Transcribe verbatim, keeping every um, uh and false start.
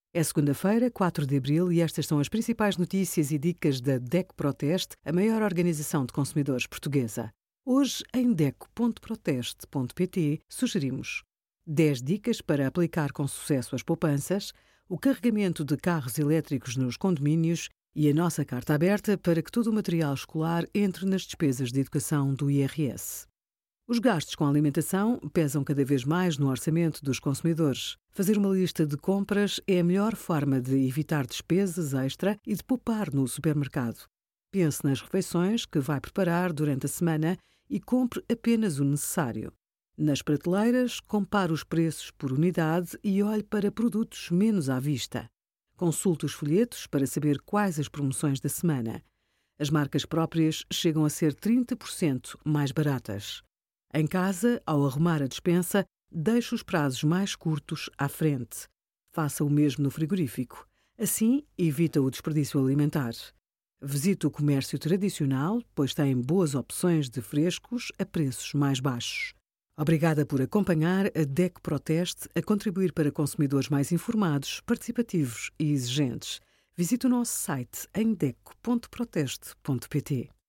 É segunda-feira, quatro de abril, e estas são as principais notícias e dicas da D E C Proteste, a maior organização de consumidores portuguesa. Hoje, em D E C ponto proteste ponto pt, sugerimos dez dicas para aplicar com sucesso as poupanças, o carregamento de carros elétricos nos condomínios e a nossa carta aberta para que todo o material escolar entre nas despesas de educação do I R S. Os gastos com alimentação pesam cada vez mais no orçamento dos consumidores. Fazer uma lista de compras é a melhor forma de evitar despesas extra e de poupar no supermercado. Pense nas refeições que vai preparar durante a semana e compre apenas o necessário. Nas prateleiras, compare os preços por unidade e olhe para produtos menos à vista. Consulte os folhetos para saber quais as promoções da semana. As marcas próprias chegam a ser trinta por cento mais baratas. Em casa, ao arrumar a despensa, deixe os prazos mais curtos à frente. Faça o mesmo no frigorífico. Assim, evita o desperdício alimentar. Visite o comércio tradicional, pois tem boas opções de frescos a preços mais baixos. Obrigada por acompanhar a D E C Proteste a contribuir para consumidores mais informados, participativos e exigentes. Visite o nosso site em D E C ponto proteste ponto pt.